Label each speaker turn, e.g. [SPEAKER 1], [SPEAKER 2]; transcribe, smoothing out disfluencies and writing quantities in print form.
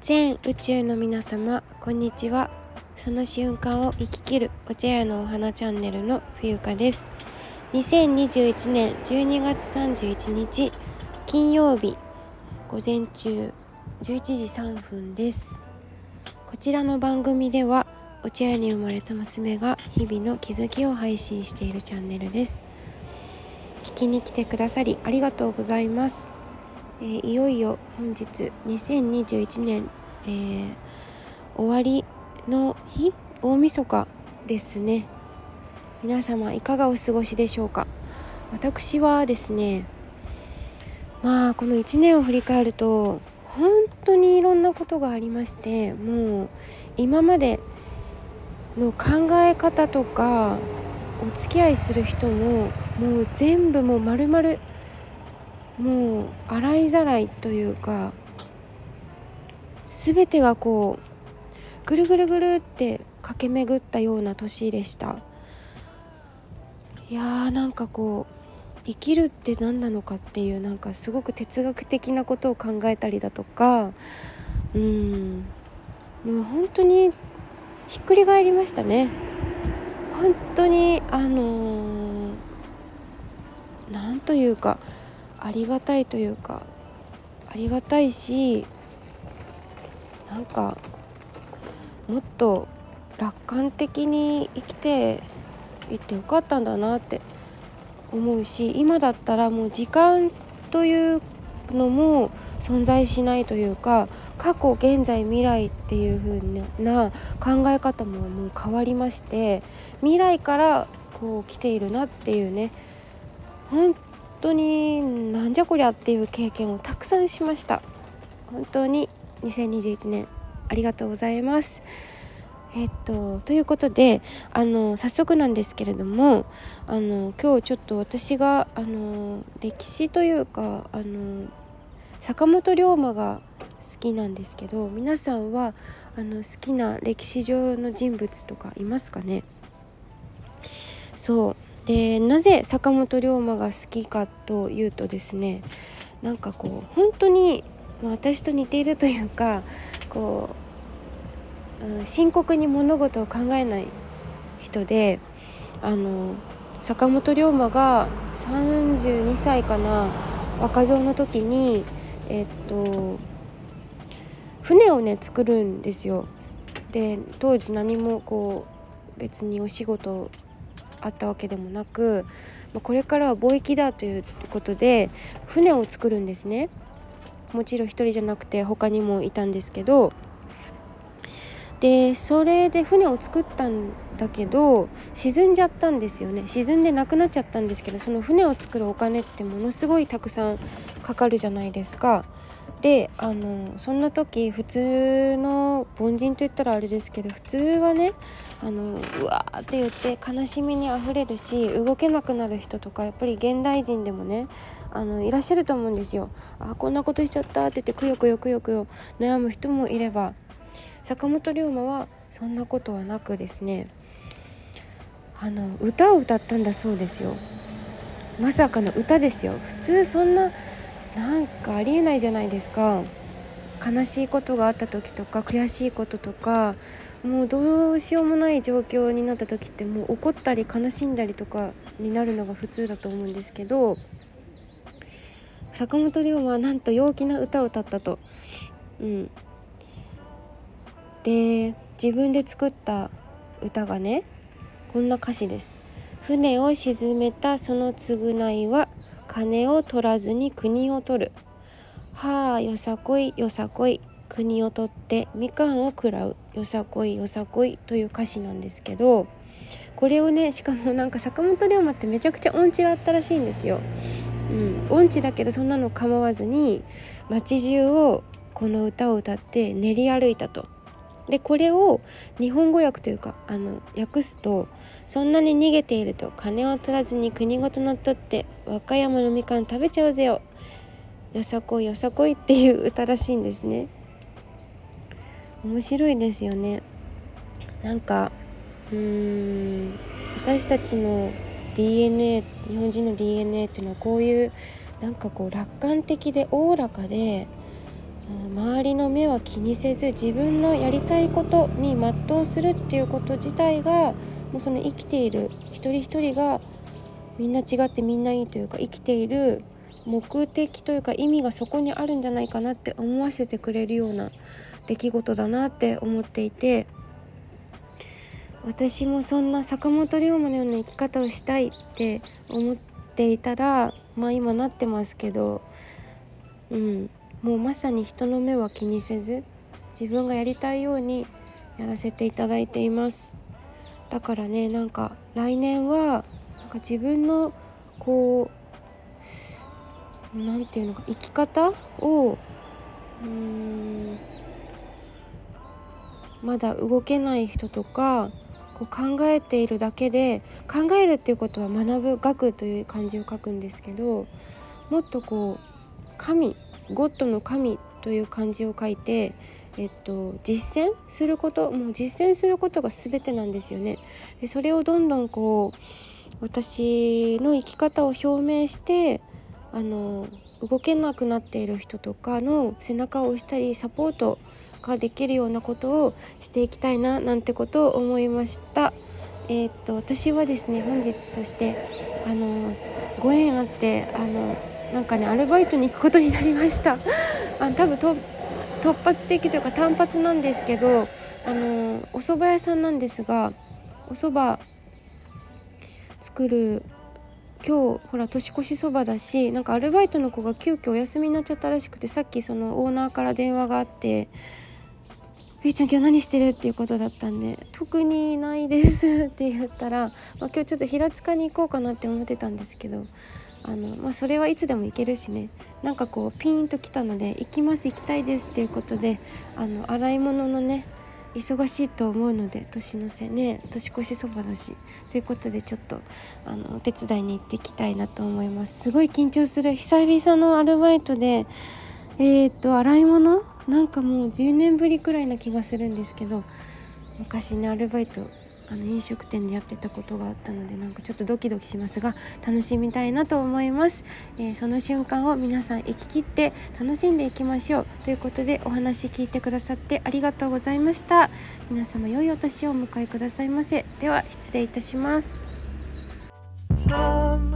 [SPEAKER 1] 全宇宙の皆様こんにちは。その瞬間を生き切るお茶屋のお花チャンネルの冬香です。2021年12月31日金曜日午前中11時3分です。こちらの番組ではお茶屋に生まれた娘が日々の気づきを配信しているチャンネルです。聞きに来てくださりありがとうございます。いよいよ本日2021年、終わりの日、大晦日ですね。皆様いかがお過ごしでしょうか。私はですね、この1年を振り返ると本当にいろんなことがありまして、もう今までの考え方とかお付き合いする人ももう全部もう丸々もう洗いざらいというか、全てがこうぐるぐるぐるって駆け巡ったような年でした。いやー、なんかこう生きるって何なのかっていう、すごく哲学的なことを考えたりだとか、もう本当にひっくり返りましたね。本当になんというかありがたいというか、ありがたいし、もっと楽観的に生きていってよかったんだなって思うし、今だったらもう時間というのも存在しないというか、過去現在未来っていう風な考え方ももう変わりまして、未来からこう来ているなっていうね、本当になんじゃこりゃっていう経験をたくさんしました。本当に2021年ありがとうございます。ということで早速なんですけれども、今日ちょっと私が歴史というか坂本龍馬が好きなんですけど、皆さんは好きな歴史上の人物とかいますかね。そうで、なぜ坂本龍馬が好きかというとですね、本当に私と似ているというか、深刻に物事を考えない人で、坂本龍馬が32歳かな、若造の時に船をね作るんですよ。で当時何も別にお仕事あったわけでもなく、これからは貿易だということで船を作るんですね。もちろん一人じゃなくて他にもいたんですけど、でそれで船を作ったんだけど沈んじゃったんですよね。沈んでなくなっちゃったんですけど、その船を作るお金ってものすごいたくさんかかるじゃないですか。でそんな時普通の凡人と言ったらあれですけど、普通はねうわーって言って悲しみにあふれるし、動けなくなる人とかやっぱり現代人でもねいらっしゃると思うんですよ。こんなことしちゃったって言ってくよくよくよくよ悩む人もいれば、坂本龍馬はそんなことはなくですね、歌を歌ったんだそうですよ。まさかの歌ですよ。普通そんなありえないじゃないですか。悲しいことがあった時とか悔しいこととか、もうどうしようもない状況になった時ってもう怒ったり悲しんだりとかになるのが普通だと思うんですけど、坂本龍馬はなんと陽気な歌を歌ったと。で自分で作った歌がね、こんな歌詞です。船を沈めたその償いは金を取らずに国を取る。はあよさこいよさこい、国を取ってみかんを食らう、よさこいよさこいという歌詞なんですけど、これをね、しかも坂本龍馬ってめちゃくちゃ音痴だったらしいんですよ。音痴だけどそんなの構わずに街中をこの歌を歌って練り歩いたと。でこれを日本語訳というか訳すと、そんなに逃げていると金を取らずに国ごと乗っ取って和歌山のみかん食べちゃうぜよ、よさこいよさこいっていう歌らしいんですね。面白いですよね。私たちの DNA、 日本人の DNA っていうのはこういう楽観的でおおらかで、 周りの目は気にせず自分のやりたいことに全うするっていうこと自体が、もうその生きている一人一人がみんな違ってみんないいというか、生きている目的というか意味がそこにあるんじゃないかなって思わせてくれるような出来事だなって思っていて、私もそんな坂本龍馬のような生き方をしたいって思っていたら、今なってますけど、もうまさに人の目は気にせず自分がやりたいようにやらせていただいています。だからね、来年は自分のなんていうのか、生き方をまだ動けない人とか、考えているだけで、考えるっていうことは学ぶ、学という漢字を書くんですけど、もっと神、ゴッドの神という漢字を書いて、実践すること、もう実践することが全てなんですよね。でそれをどんどん私の生き方を表明して、動けなくなっている人とかの背中を押したりサポートができるようなことをしていきたいななんてことを思いました。私はですね、本日そしてご縁あってアルバイトに行くことになりました。多分突発的というか単発なんですけど、お蕎麦屋さんなんですが、お蕎麦作る、今日ほら年越しそばだし、アルバイトの子が急遽お休みになっちゃったらしくて、さっきそのオーナーから電話があって、ピーちゃん今日何してるっていうことだったんで、特にないですって言ったら、今日ちょっと平塚に行こうかなって思ってたんですけど、それはいつでも行けるしね、ピーンときたので、行きたいですっていうことで、洗い物のね忙しいと思うので、年越しそばだしということで、ちょっとお手伝いに行ってきたいなと思います。すごい緊張する、久々のアルバイトで、洗い物もう10年ぶりくらいな気がするんですけど、昔ねアルバイト飲食店でやってたことがあったので、ちょっとドキドキしますが楽しみたいなと思います。その瞬間を皆さん生き切って楽しんでいきましょうということで、お話聞いてくださってありがとうございました。皆様良いお年をお迎えくださいませ。では失礼いたします。